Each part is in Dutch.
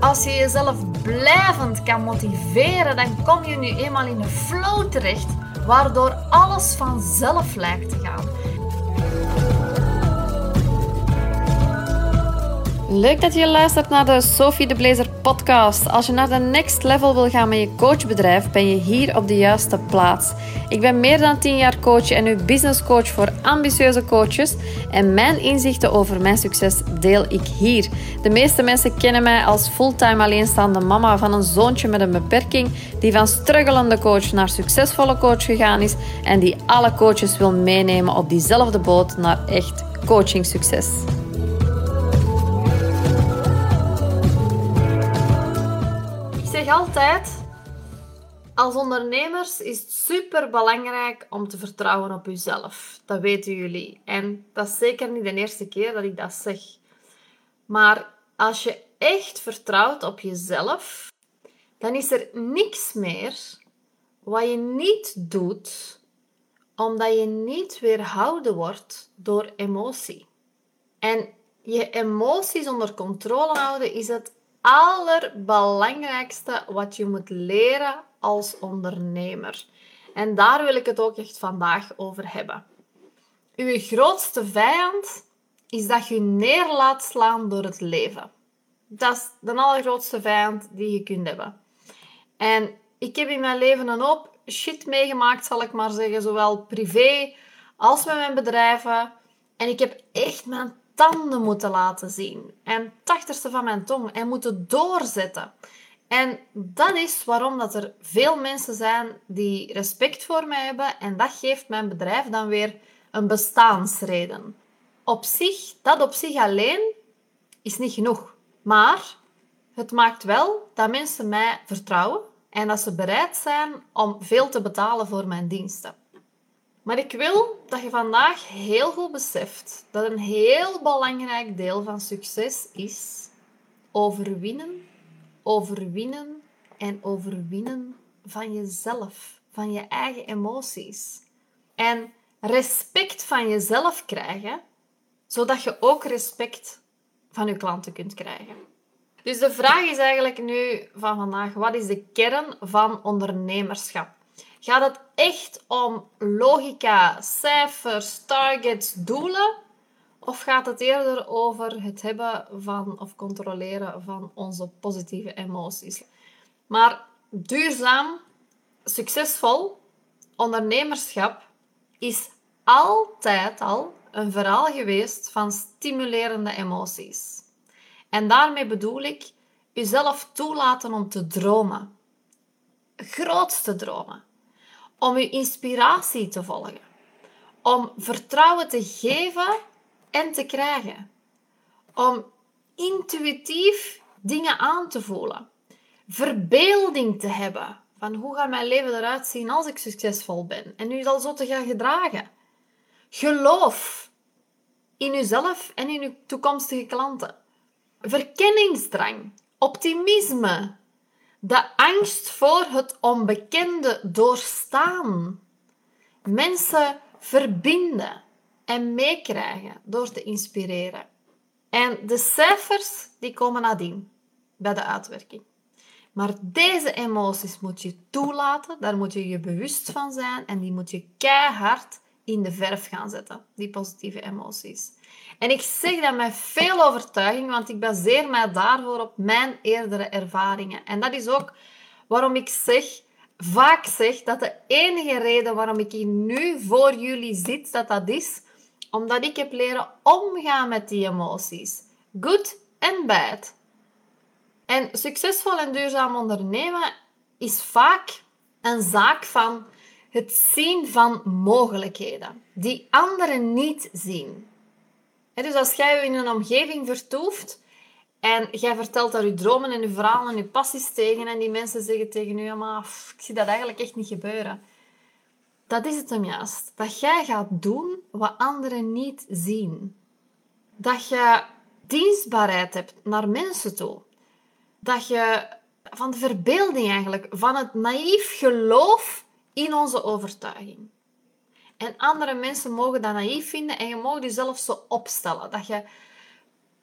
Als je jezelf blijvend kan motiveren, dan kom je nu eenmaal in een flow terecht, waardoor alles vanzelf lijkt te gaan. Leuk dat je luistert naar de Sophie de Blazer podcast. Als je naar de next level wil gaan met je coachbedrijf, ben je hier op de juiste plaats. Ik ben meer dan 10 jaar coach en nu businesscoach voor ambitieuze coaches. En mijn inzichten over mijn succes deel ik hier. De meeste mensen kennen mij als fulltime alleenstaande mama van een zoontje met een beperking, die van struggelende coach naar succesvolle coach gegaan is en die alle coaches wil meenemen op diezelfde boot naar echt coachingsucces. Ik zeg altijd, als ondernemers is het super belangrijk om te vertrouwen op jezelf. Dat weten jullie. En dat is zeker niet de eerste keer dat ik dat zeg. Maar als je echt vertrouwt op jezelf, dan is er niks meer wat je niet doet, omdat je niet weerhouden wordt door emotie. En je emoties onder controle houden is het allerbelangrijkste wat je moet leren als ondernemer. En daar wil ik het ook echt vandaag over hebben. Uw grootste vijand is dat je neer laat slaan door het leven. Dat is de allergrootste vijand die je kunt hebben. En ik heb in mijn leven een hoop shit meegemaakt, zal ik maar zeggen. Zowel privé als met mijn bedrijven. En ik heb echt mijn tanden moeten laten zien. En 80ste van mijn tong. En moeten doorzetten. En dat is waarom dat er veel mensen zijn die respect voor mij hebben. En dat geeft mijn bedrijf dan weer een bestaansreden. Dat op zich alleen is niet genoeg. Maar het maakt wel dat mensen mij vertrouwen. En dat ze bereid zijn om veel te betalen voor mijn diensten. Maar ik wil dat je vandaag heel goed beseft dat een heel belangrijk deel van succes is overwinnen, overwinnen en overwinnen van jezelf, van je eigen emoties. En respect van jezelf krijgen, zodat je ook respect van je klanten kunt krijgen. Dus de vraag is eigenlijk nu van vandaag, wat is de kern van ondernemerschap? Gaat het echt om logica, cijfers, targets, doelen? Of gaat het eerder over het hebben van of controleren van onze positieve emoties? Maar duurzaam, succesvol ondernemerschap is altijd al een verhaal geweest van stimulerende emoties. En daarmee bedoel ik jezelf toelaten om te dromen. Grootste dromen. Om je inspiratie te volgen. Om vertrouwen te geven en te krijgen. Om intuïtief dingen aan te voelen. Verbeelding te hebben van hoe gaat mijn leven eruit zien als ik succesvol ben. En u zal zo te gaan gedragen. Geloof in uzelf en in uw toekomstige klanten. Verkenningsdrang, optimisme, de angst voor het onbekende doorstaan. Mensen verbinden en meekrijgen door te inspireren. En de cijfers die komen nadien, bij de uitwerking. Maar deze emoties moet je toelaten, daar moet je je bewust van zijn en die moet je keihard in de verf gaan zetten, die positieve emoties. En ik zeg dat met veel overtuiging, want ik baseer mij daarvoor op mijn eerdere ervaringen. En dat is ook waarom ik vaak zeg dat de enige reden waarom ik hier nu voor jullie zit, dat is omdat ik heb leren omgaan met die emoties. Good en bad. En succesvol en duurzaam ondernemen is vaak een zaak van het zien van mogelijkheden die anderen niet zien. Dus als jij je in een omgeving vertoeft en jij vertelt daar je dromen en je verhalen en je passies tegen en die mensen zeggen tegen je, maar ik zie dat eigenlijk echt niet gebeuren. Dat is het hem juist. Dat jij gaat doen wat anderen niet zien. Dat je dienstbaarheid hebt naar mensen toe. Dat je van de verbeelding eigenlijk, van het naïef geloof in onze overtuiging. En andere mensen mogen dat naïef vinden en je mag jezelf zo opstellen. Dat je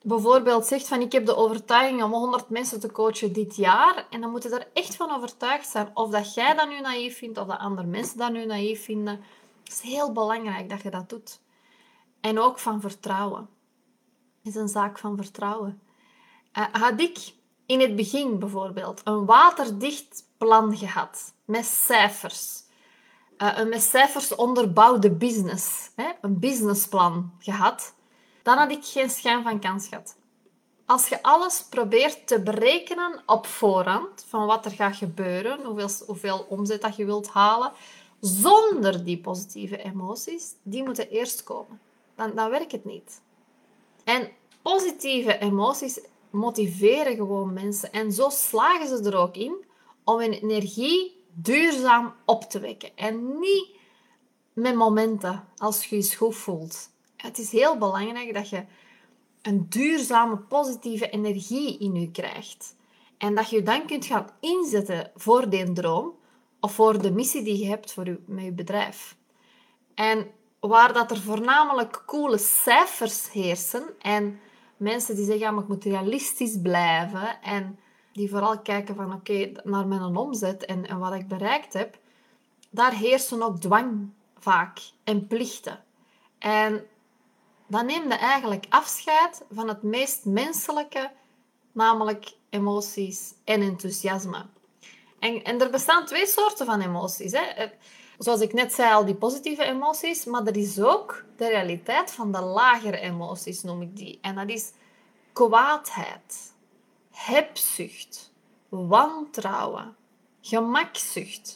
bijvoorbeeld zegt van ik heb de overtuiging om 100 mensen te coachen dit jaar. En dan moet je er echt van overtuigd zijn. Of dat jij dat nu naïef vindt, of dat andere mensen dat nu naïef vinden. Het is heel belangrijk dat je dat doet. En ook van vertrouwen. Het is een zaak van vertrouwen. Had ik in het begin bijvoorbeeld een waterdicht plan gehad. Met cijfers. Een met cijfers onderbouwde business. Een businessplan gehad. Dan had ik geen schijn van kans gehad. Als je alles probeert te berekenen op voorhand, van wat er gaat gebeuren, hoeveel omzet dat je wilt halen, zonder die positieve emoties, die moeten eerst komen. Dan werkt het niet. En positieve emoties motiveren gewoon mensen. En zo slagen ze er ook in om hun energie duurzaam op te wekken. En niet met momenten, als je je goed voelt. Het is heel belangrijk dat je een duurzame, positieve energie in je krijgt. En dat je dan kunt gaan inzetten voor die droom of voor de missie die je hebt met je bedrijf. En waar dat er voornamelijk coole cijfers heersen en mensen die zeggen, ja, maar ik moet realistisch blijven en die vooral kijken van oké, naar mijn omzet en wat ik bereikt heb, daar heersen ook dwang vaak en plichten. En dan neem je eigenlijk afscheid van het meest menselijke, namelijk emoties en enthousiasme. En er bestaan 2 soorten van emoties. Hè. Zoals ik net zei, al die positieve emoties, maar er is ook de realiteit van de lagere emoties, noem ik die. En dat is kwaadheid, hebzucht, wantrouwen, gemakzucht,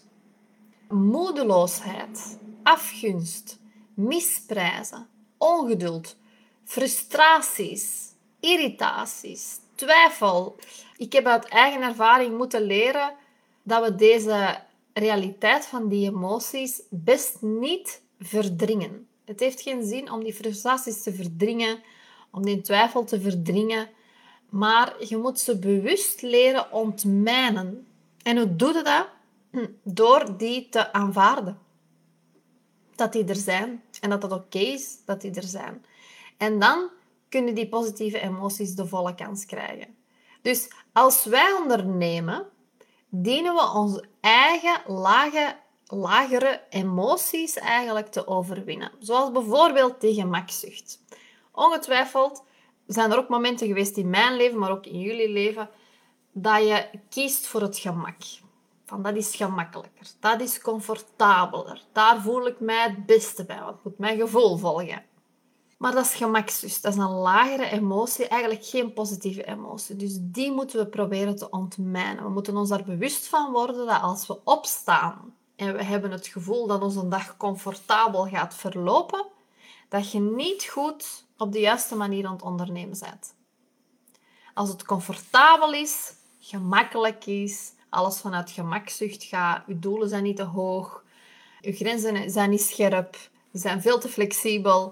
moedeloosheid, afgunst, misprijzen, ongeduld, frustraties, irritaties, twijfel. Ik heb uit eigen ervaring moeten leren dat we deze realiteit van die emoties best niet verdringen. Het heeft geen zin om die frustraties te verdringen, om die twijfel te verdringen, maar je moet ze bewust leren ontmijnen. En hoe doe je dat? Door die te aanvaarden. Dat die er zijn. En dat het oké is dat die er zijn. En dan kunnen die positieve emoties de volle kans krijgen. Dus als wij ondernemen, dienen we onze eigen lagere emoties eigenlijk te overwinnen. Zoals bijvoorbeeld die gemakzucht. Ongetwijfeld zijn er ook momenten geweest in mijn leven, maar ook in jullie leven, dat je kiest voor het gemak. Van, dat is gemakkelijker, dat is comfortabeler, daar voel ik mij het beste bij, want ik moet mijn gevoel volgen. Maar dat is gemakzucht, dat is een lagere emotie, eigenlijk geen positieve emotie. Dus die moeten we proberen te ontmijnen. We moeten ons daar bewust van worden dat als we opstaan en we hebben het gevoel dat onze dag comfortabel gaat verlopen, dat je niet goed op de juiste manier aan het ondernemen bent. Als het comfortabel is, gemakkelijk is, alles vanuit gemakzucht gaat, je doelen zijn niet te hoog, je grenzen zijn niet scherp, ze zijn veel te flexibel,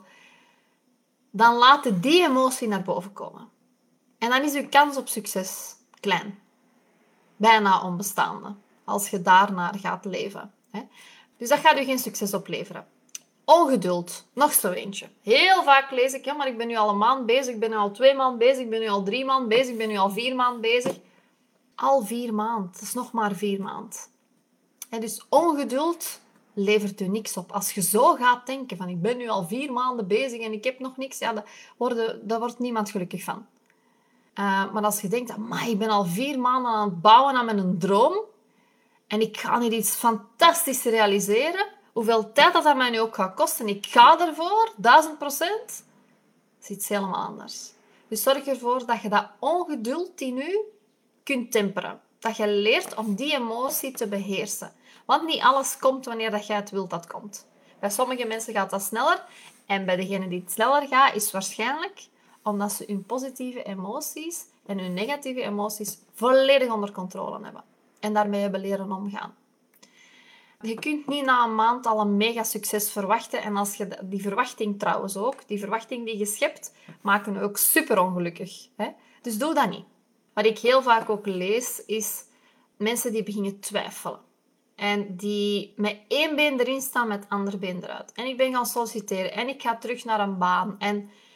dan laat die emotie naar boven komen. En dan is je kans op succes klein. Bijna onbestaande. Als je daarnaar gaat leven. Dus dat gaat je geen succes opleveren. Ongeduld. Nog zo eentje. Heel vaak lees ik, maar ik ben nu al een maand bezig, ik ben nu al 2 maanden bezig, ik ben nu al 3 maanden bezig, ik ben nu al 4 maanden bezig. Al 4 maanden. Dat is nog maar 4 maanden. En dus ongeduld levert u niks op. Als je zo gaat denken van ik ben nu al 4 maanden bezig en ik heb nog niks, ja, daar wordt niemand gelukkig van. Maar als je denkt, amai, ik ben al 4 maanden aan het bouwen aan mijn droom en ik ga hier iets fantastisch realiseren, hoeveel tijd dat mij nu ook gaat kosten, ik ga ervoor, 1000%, dat is iets helemaal anders. Dus zorg ervoor dat je dat ongeduld in u kunt temperen. Dat je leert om die emotie te beheersen. Want niet alles komt wanneer dat jij het wilt dat komt. Bij sommige mensen gaat dat sneller. En bij degene die het sneller gaat, is het waarschijnlijk omdat ze hun positieve emoties en hun negatieve emoties volledig onder controle hebben. En daarmee hebben leren omgaan. Je kunt niet na een maand al een mega succes verwachten. En als je die verwachting trouwens ook, die verwachting die je schept, maken je ook super ongelukkig. Dus doe dat niet. Wat ik heel vaak ook lees, is mensen die beginnen twijfelen. En die met 1 been erin staan, met het andere been eruit. En ik ben gaan solliciteren en ik ga terug naar een baan. En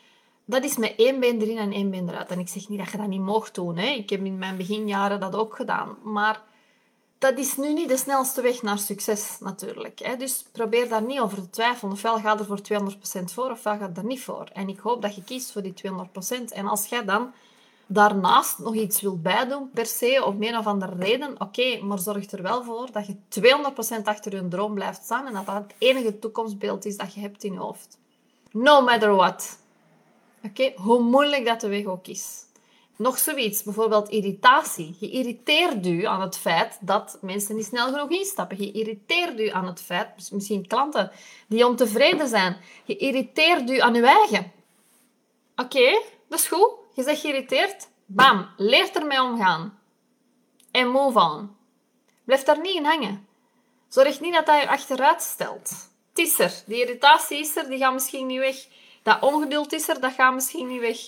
Dat is met 1 been erin en 1 been eruit. En ik zeg niet dat je dat niet mocht doen. Hè. Ik heb in mijn beginjaren dat ook gedaan. Maar dat is nu niet de snelste weg naar succes natuurlijk. Hè. Dus probeer daar niet over te twijfelen. Ofwel ga er voor 200% voor, ofwel ga er niet voor. En ik hoop dat je kiest voor die 200%. En als jij dan daarnaast nog iets wilt bijdoen, per se, of om een of andere reden, oké, maar zorg er wel voor dat je 200% achter je droom blijft staan en dat dat het enige toekomstbeeld is dat je hebt in je hoofd. No matter what. Oké, hoe moeilijk dat de weg ook is. Nog zoiets, bijvoorbeeld irritatie. Je irriteert u aan het feit dat mensen niet snel genoeg instappen. Je irriteert u aan het feit, misschien klanten die ontevreden zijn. Je irriteert u aan uw eigen. Oké, dat is goed. Je bent geïrriteerd. Bam, leer ermee omgaan. En move on. Blijf daar niet in hangen. Zorg niet dat dat je achteruit stelt. Het is er. Die irritatie is er, die gaat misschien niet weg. Dat ongeduld is er, dat gaat misschien niet weg.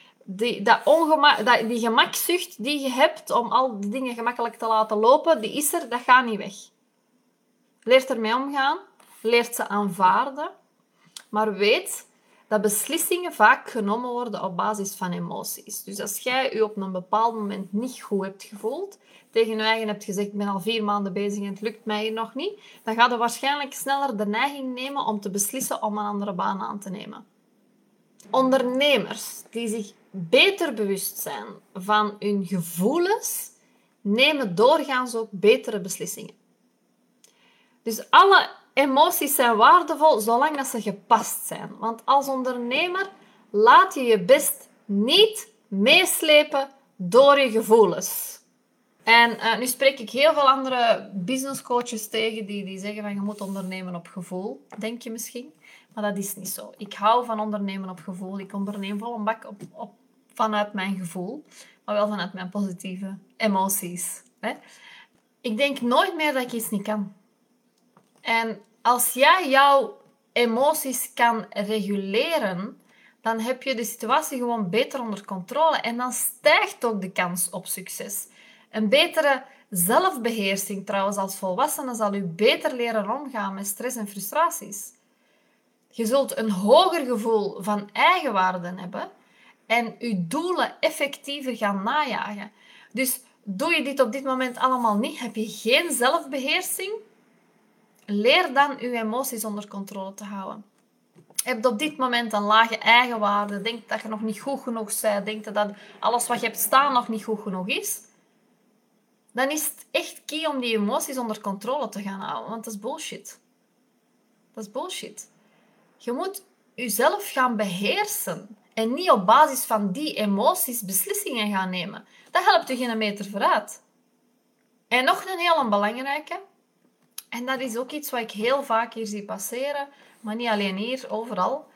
Die gemakzucht die je hebt om al die dingen gemakkelijk te laten lopen, die is er, dat gaat niet weg. Leer ermee omgaan. Leer ze aanvaarden. Maar weet dat beslissingen vaak genomen worden op basis van emoties. Dus als jij je op een bepaald moment niet goed hebt gevoeld, tegen je eigen hebt gezegd, ik ben al 4 maanden bezig en het lukt mij hier nog niet, dan ga je waarschijnlijk sneller de neiging nemen om te beslissen om een andere baan aan te nemen. Ondernemers die zich beter bewust zijn van hun gevoelens, nemen doorgaans ook betere beslissingen. Dus alle emoties zijn waardevol zolang dat ze gepast zijn. Want als ondernemer laat je je best niet meeslepen door je gevoelens. En nu spreek ik heel veel andere businesscoaches tegen die zeggen van je moet ondernemen op gevoel. Denk je misschien? Maar dat is niet zo. Ik hou van ondernemen op gevoel. Ik onderneem vol een bak vanuit mijn gevoel. Maar wel vanuit mijn positieve emoties. Hè? Ik denk nooit meer dat ik iets niet kan. En als jij jouw emoties kan reguleren, dan heb je de situatie gewoon beter onder controle. En dan stijgt ook de kans op succes. Een betere zelfbeheersing trouwens als volwassene zal u beter leren omgaan met stress en frustraties. Je zult een hoger gevoel van eigenwaarde hebben en je doelen effectiever gaan najagen. Dus doe je dit op dit moment allemaal niet, heb je geen zelfbeheersing, leer dan je emoties onder controle te houden. Heb je op dit moment een lage eigenwaarde, denk dat je nog niet goed genoeg bent, denk dat alles wat je hebt staan nog niet goed genoeg is, dan is het echt key om die emoties onder controle te gaan houden, want dat is bullshit. Dat is bullshit. Je moet jezelf gaan beheersen en niet op basis van die emoties beslissingen gaan nemen. Dat helpt je geen meter vooruit. En nog een heel belangrijke, en dat is ook iets wat ik heel vaak hier zie passeren, maar niet alleen hier, overal,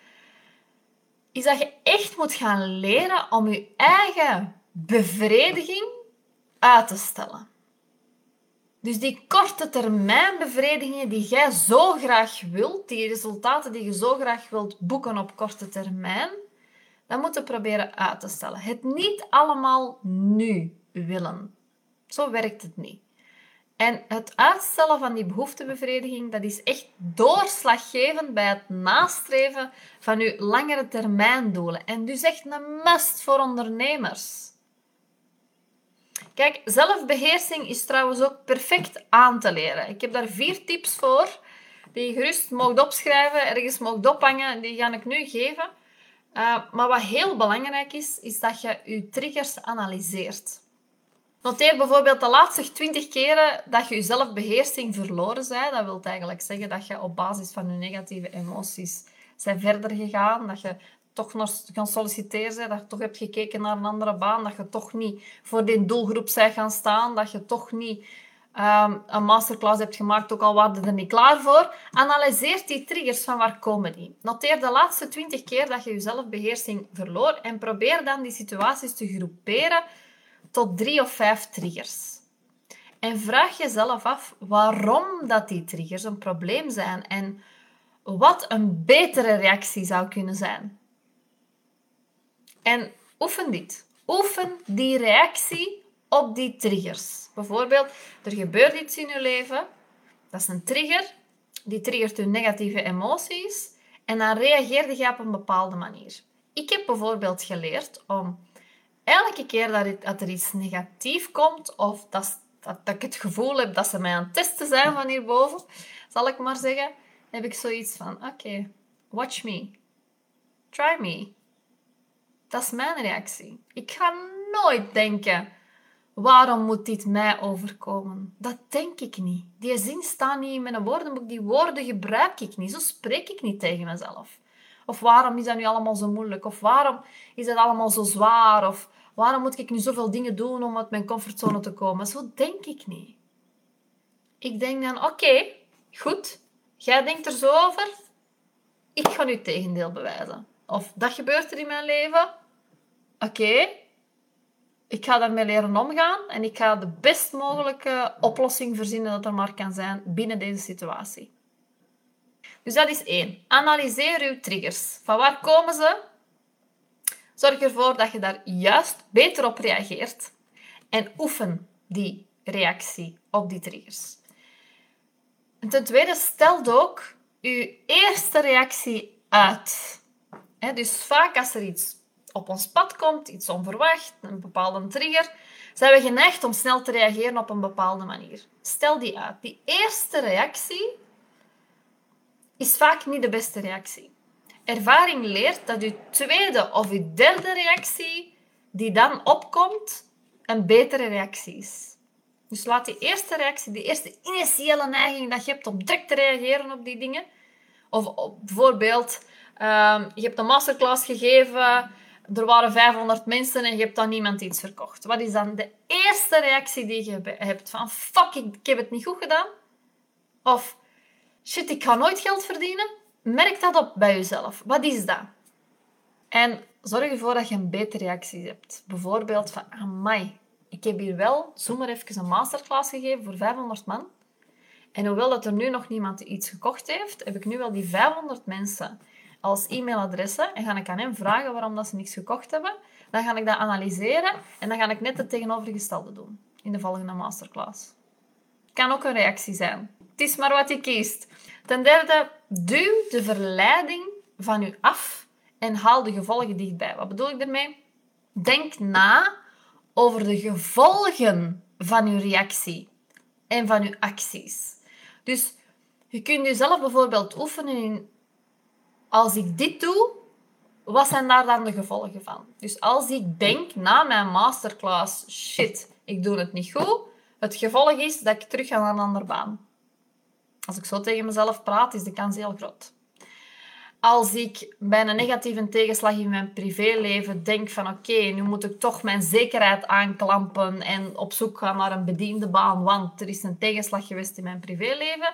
is dat je echt moet gaan leren om je eigen bevrediging uit te stellen. Dus die korte termijn bevredigingen die jij zo graag wilt, die resultaten die je zo graag wilt boeken op korte termijn, dat moet je proberen uit te stellen. Het niet allemaal nu willen. Zo werkt het niet. En het uitstellen van die behoeftebevrediging, dat is echt doorslaggevend bij het nastreven van je langere termijn doelen. En dus echt een must voor ondernemers. Kijk, zelfbeheersing is trouwens ook perfect aan te leren. Ik heb daar 4 tips voor, die je gerust mag opschrijven, ergens mag ophangen, die ga ik nu geven. Maar wat heel belangrijk is dat je je triggers analyseert. Noteer bijvoorbeeld de laatste 20 keren dat je je zelfbeheersing verloren bent. Dat wil eigenlijk zeggen dat je op basis van je negatieve emoties bent verder gegaan, dat je toch nog gaan solliciteren bent, dat je toch hebt gekeken naar een andere baan, dat je toch niet voor die doelgroep bent gaan staan, dat je toch niet een masterclass hebt gemaakt, ook al waren er niet klaar voor. Analyseer die triggers, van waar komen die. Noteer de laatste 20 keer dat je je zelfbeheersing verloor en probeer dan die situaties te groeperen tot 3 of 5 triggers. En vraag jezelf af waarom dat die triggers een probleem zijn en wat een betere reactie zou kunnen zijn. En oefen dit. Oefen die reactie op die triggers. Bijvoorbeeld, er gebeurt iets in je leven, dat is een trigger, die triggert je negatieve emoties en dan reageer je op een bepaalde manier. Ik heb bijvoorbeeld geleerd om elke keer dat er iets negatief komt, of dat ik het gevoel heb dat ze mij aan het testen zijn van hierboven, zal ik maar zeggen, heb ik zoiets van, oké, watch me. Try me. Dat is mijn reactie. Ik ga nooit denken, waarom moet dit mij overkomen? Dat denk ik niet. Die zin staat niet in mijn woordenboek. Die woorden gebruik ik niet. Zo spreek ik niet tegen mezelf. Of waarom is dat nu allemaal zo moeilijk? Of waarom is dat allemaal zo zwaar? Of waarom moet ik nu zoveel dingen doen om uit mijn comfortzone te komen? Zo denk ik niet. Ik denk dan, oké, goed. Jij denkt er zo over. Ik ga nu het tegendeel bewijzen. Of dat gebeurt er in mijn leven. Oké. Ik ga daarmee leren omgaan en ik ga de best mogelijke oplossing verzinnen dat er maar kan zijn binnen deze situatie. Dus dat is 1. Analyseer uw triggers. Van waar komen ze? Zorg ervoor dat je daar juist beter op reageert en oefen die reactie op die triggers. En ten tweede, stel ook je eerste reactie uit. Dus vaak als er iets op ons pad komt, iets onverwacht, een bepaalde trigger, zijn we geneigd om snel te reageren op een bepaalde manier. Stel die uit. Die eerste reactie is vaak niet de beste reactie. Ervaring leert dat je tweede of je derde reactie die dan opkomt, een betere reactie is. Dus laat die eerste reactie, die eerste initiële neiging dat je hebt om direct te reageren op die dingen, of bijvoorbeeld, je hebt een masterclass gegeven, er waren 500 mensen en je hebt dan niemand iets verkocht. Wat is dan de eerste reactie die je hebt? Van, fuck, ik heb het niet goed gedaan. Of, shit, ik ga nooit geld verdienen. Merk dat op bij jezelf. Wat is dat? En zorg ervoor dat je een betere reactie hebt. Bijvoorbeeld van, amai, ik heb hier wel zomaar even een masterclass gegeven voor 500 man. En hoewel dat er nu nog niemand iets gekocht heeft, heb ik nu wel die 500 mensen als e-mailadressen en ga ik aan hen vragen waarom dat ze niks gekocht hebben. Dan ga ik dat analyseren en dan ga ik net het tegenovergestelde doen in de volgende masterclass. Het kan ook een reactie zijn. Het is maar wat je kiest. Ten derde, duw de verleiding van je af en haal de gevolgen dichtbij. Wat bedoel ik daarmee? Denk na over de gevolgen van je reactie en van je acties. Dus je kunt jezelf bijvoorbeeld oefenen in, als ik dit doe, wat zijn daar dan de gevolgen van? Dus als ik denk na mijn masterclass, shit, ik doe het niet goed, het gevolg is dat ik terug ga naar een andere baan. Als ik zo tegen mezelf praat, is de kans heel groot. Als ik bij een negatieve tegenslag in mijn privéleven denk van oké, nu moet ik toch mijn zekerheid aanklampen en op zoek gaan naar een bediende baan, want er is een tegenslag geweest in mijn privéleven.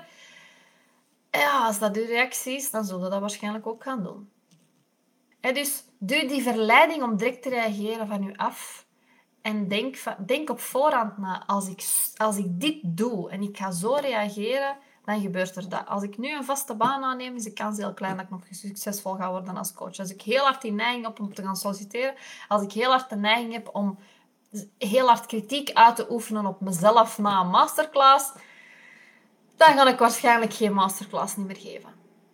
Ja, als dat uw reactie is, dan zullen we dat waarschijnlijk ook gaan doen. Dus doe die verleiding om direct te reageren van u af. En denk op voorhand na, als ik dit doe en ik ga zo reageren, dan gebeurt er dat. Als ik nu een vaste baan aanneem, is de kans heel klein dat ik nog succesvol ga worden als coach. Als ik heel hard die neiging heb om te gaan solliciteren, als ik heel hard de neiging heb om heel hard kritiek uit te oefenen op mezelf na een masterclass, dan ga ik waarschijnlijk geen masterclass niet meer geven.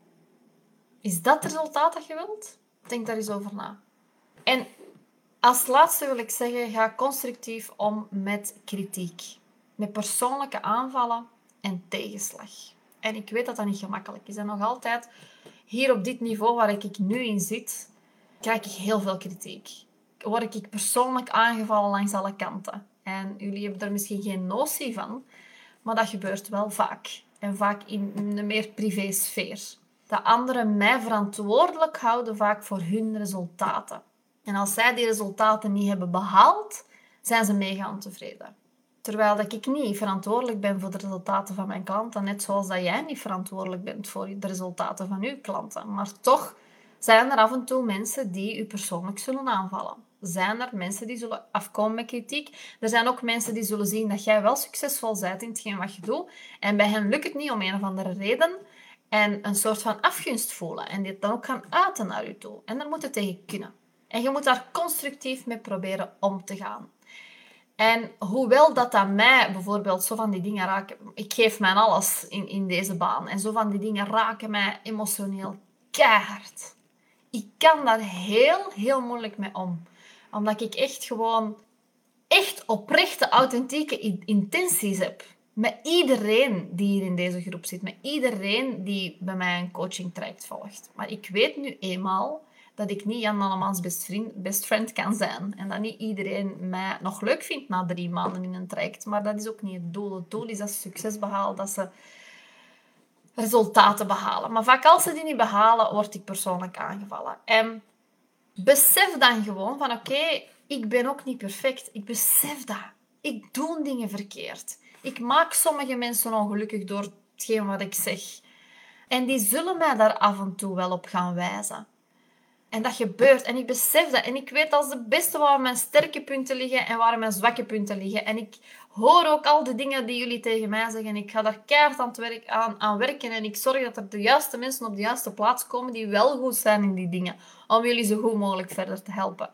Is dat het resultaat dat je wilt? Denk daar eens over na. En als laatste wil ik zeggen, ga constructief om met kritiek. Met persoonlijke aanvallen en tegenslag. En ik weet dat dat niet gemakkelijk is. En nog altijd, hier op dit niveau waar ik nu in zit, krijg ik heel veel kritiek. Word ik persoonlijk aangevallen langs alle kanten. En jullie hebben er misschien geen notie van, maar dat gebeurt wel vaak. En vaak in een meer privé sfeer. Dat anderen mij verantwoordelijk houden vaak voor hun resultaten. En als zij die resultaten niet hebben behaald, zijn ze mega ontevreden. Terwijl dat ik niet verantwoordelijk ben voor de resultaten van mijn klanten. Net zoals dat jij niet verantwoordelijk bent voor de resultaten van uw klanten. Maar toch zijn er af en toe mensen die u persoonlijk zullen aanvallen. Zijn er mensen die zullen afkomen met kritiek. Er zijn ook mensen die zullen zien dat jij wel succesvol bent in hetgeen wat je doet. En bij hen lukt het niet om een of andere reden. En een soort van afgunst voelen. En dit dan ook gaan uiten naar u toe. En daar moet het tegen kunnen. En je moet daar constructief mee proberen om te gaan. En hoewel dat aan mij bijvoorbeeld zo van die dingen raken... Ik geef mijn alles in deze baan. En zo van die dingen raken mij emotioneel keihard. ik kan daar heel, heel moeilijk mee om. Omdat ik echt oprechte, authentieke intenties heb. Met iedereen die hier in deze groep zit. Met iedereen die bij mij een coaching-traject volgt. Maar ik weet nu eenmaal dat ik niet Jan Allemans best friend kan zijn. En dat niet iedereen mij nog leuk vindt na 3 maanden in een traject. Maar dat is ook niet het doel. Het doel is dat ze succes behalen, dat ze resultaten behalen. Maar vaak als ze die niet behalen, word ik persoonlijk aangevallen. En besef dan gewoon van oké, ik ben ook niet perfect. Ik besef dat. Ik doe dingen verkeerd. Ik maak sommige mensen ongelukkig door hetgeen wat ik zeg. En die zullen mij daar af en toe wel op gaan wijzen. En dat gebeurt. En ik besef dat. En ik weet als de beste waar mijn sterke punten liggen en waar mijn zwakke punten liggen. En ik hoor ook al de dingen die jullie tegen mij zeggen. Ik ga daar keihard aan werken. En ik zorg dat er de juiste mensen op de juiste plaats komen die wel goed zijn in die dingen. Om jullie zo goed mogelijk verder te helpen.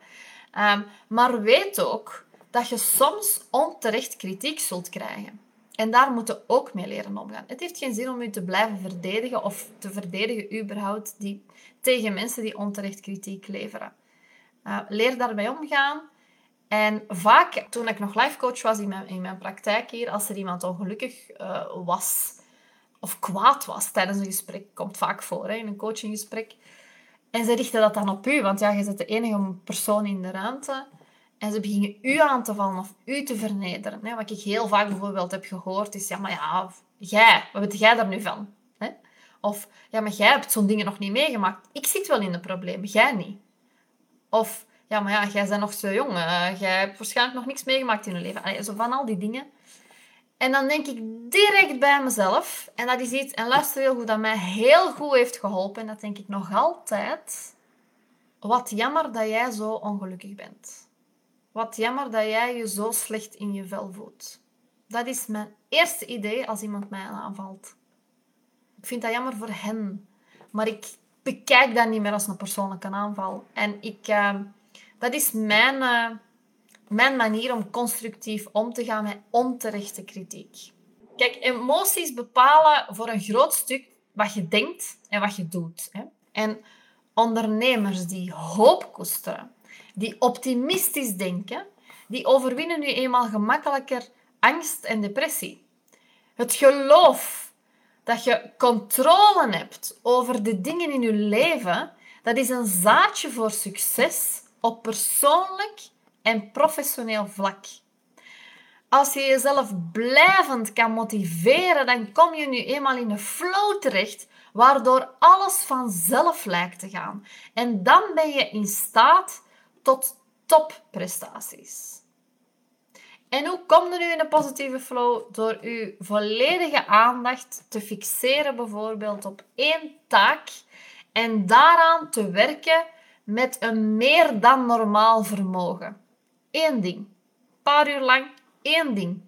Maar weet ook dat je soms onterecht kritiek zult krijgen. En daar moet je ook mee leren omgaan. Het heeft geen zin om je te blijven verdedigen of te verdedigen überhaupt tegen mensen die onterecht kritiek leveren. Leer daarmee omgaan. En vaak, toen ik nog life coach was in mijn praktijk hier, als er iemand ongelukkig was of kwaad was tijdens een gesprek, komt vaak voor in een coachinggesprek, en ze richten dat dan op u, want ja, je bent de enige persoon in de ruimte. En ze beginnen u aan te vallen of u te vernederen. Wat ik heel vaak bijvoorbeeld heb gehoord is... Ja, maar ja, wat weet jij daar nu van? Of, ja, maar jij hebt zo'n dingen nog niet meegemaakt. Ik zit wel in de problemen, jij niet. Of, ja, maar ja, jij bent nog zo jong. Jij hebt waarschijnlijk nog niks meegemaakt in je leven. Zo van al die dingen. En dan denk ik direct bij mezelf... En dat is iets, en luister heel goed, dat mij heel goed heeft geholpen. En dat denk ik nog altijd... Wat jammer dat jij zo ongelukkig bent. Wat jammer dat jij je zo slecht in je vel voelt. Dat is mijn eerste idee als iemand mij aanvalt. Ik vind dat jammer voor hen. Maar ik bekijk dat niet meer als een persoonlijke aanval. En dat is mijn manier om constructief om te gaan met onterechte kritiek. Kijk, emoties bepalen voor een groot stuk wat je denkt en wat je doet. En ondernemers die hoop koesteren, die optimistisch denken, die overwinnen nu eenmaal gemakkelijker angst en depressie. Het geloof dat je controle hebt over de dingen in je leven, dat is een zaadje voor succes op persoonlijk en professioneel vlak. Als je jezelf blijvend kan motiveren, dan kom je nu eenmaal in een flow terecht, waardoor alles vanzelf lijkt te gaan. En dan ben je in staat tot topprestaties. En hoe kom je nu in een positieve flow? Door je volledige aandacht te fixeren bijvoorbeeld op 1 taak en daaraan te werken met een meer dan normaal vermogen. 1 ding. Een paar uur lang 1 ding.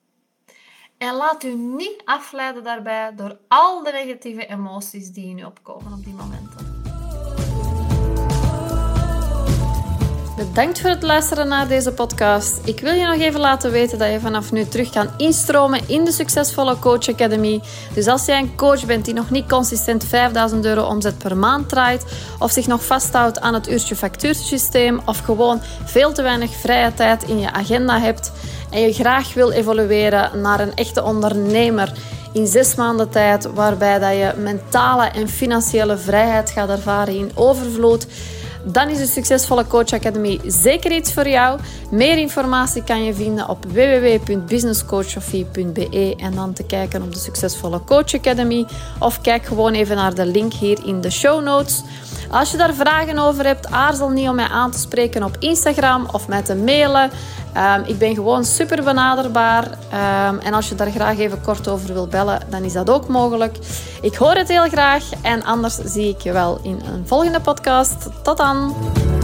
En laat u niet afleiden daarbij door al de negatieve emoties die in u opkomen op die momenten. Bedankt voor het luisteren naar deze podcast. Ik wil je nog even laten weten dat je vanaf nu terug kan instromen in de Succesvolle Coach Academy. Dus als jij een coach bent die nog niet consistent €5.000 omzet per maand draait, of zich nog vasthoudt aan het uurtje-factuursysteem, of gewoon veel te weinig vrije tijd in je agenda hebt en je graag wil evolueren naar een echte ondernemer in 6 maanden tijd, waarbij dat je mentale en financiële vrijheid gaat ervaren in overvloed, dan is de Succesvolle Coach Academy zeker iets voor jou. Meer informatie kan je vinden op www.businesscoachsofie.be en dan te kijken op de Succesvolle Coach Academy. Of kijk gewoon even naar de link hier in de show notes. Als je daar vragen over hebt, aarzel niet om mij aan te spreken op Instagram of mij te mailen. Ik ben gewoon super benaderbaar. En als je daar graag even kort over wil bellen, dan is dat ook mogelijk. Ik hoor het heel graag. En anders zie ik je wel in een volgende podcast. Tot dan!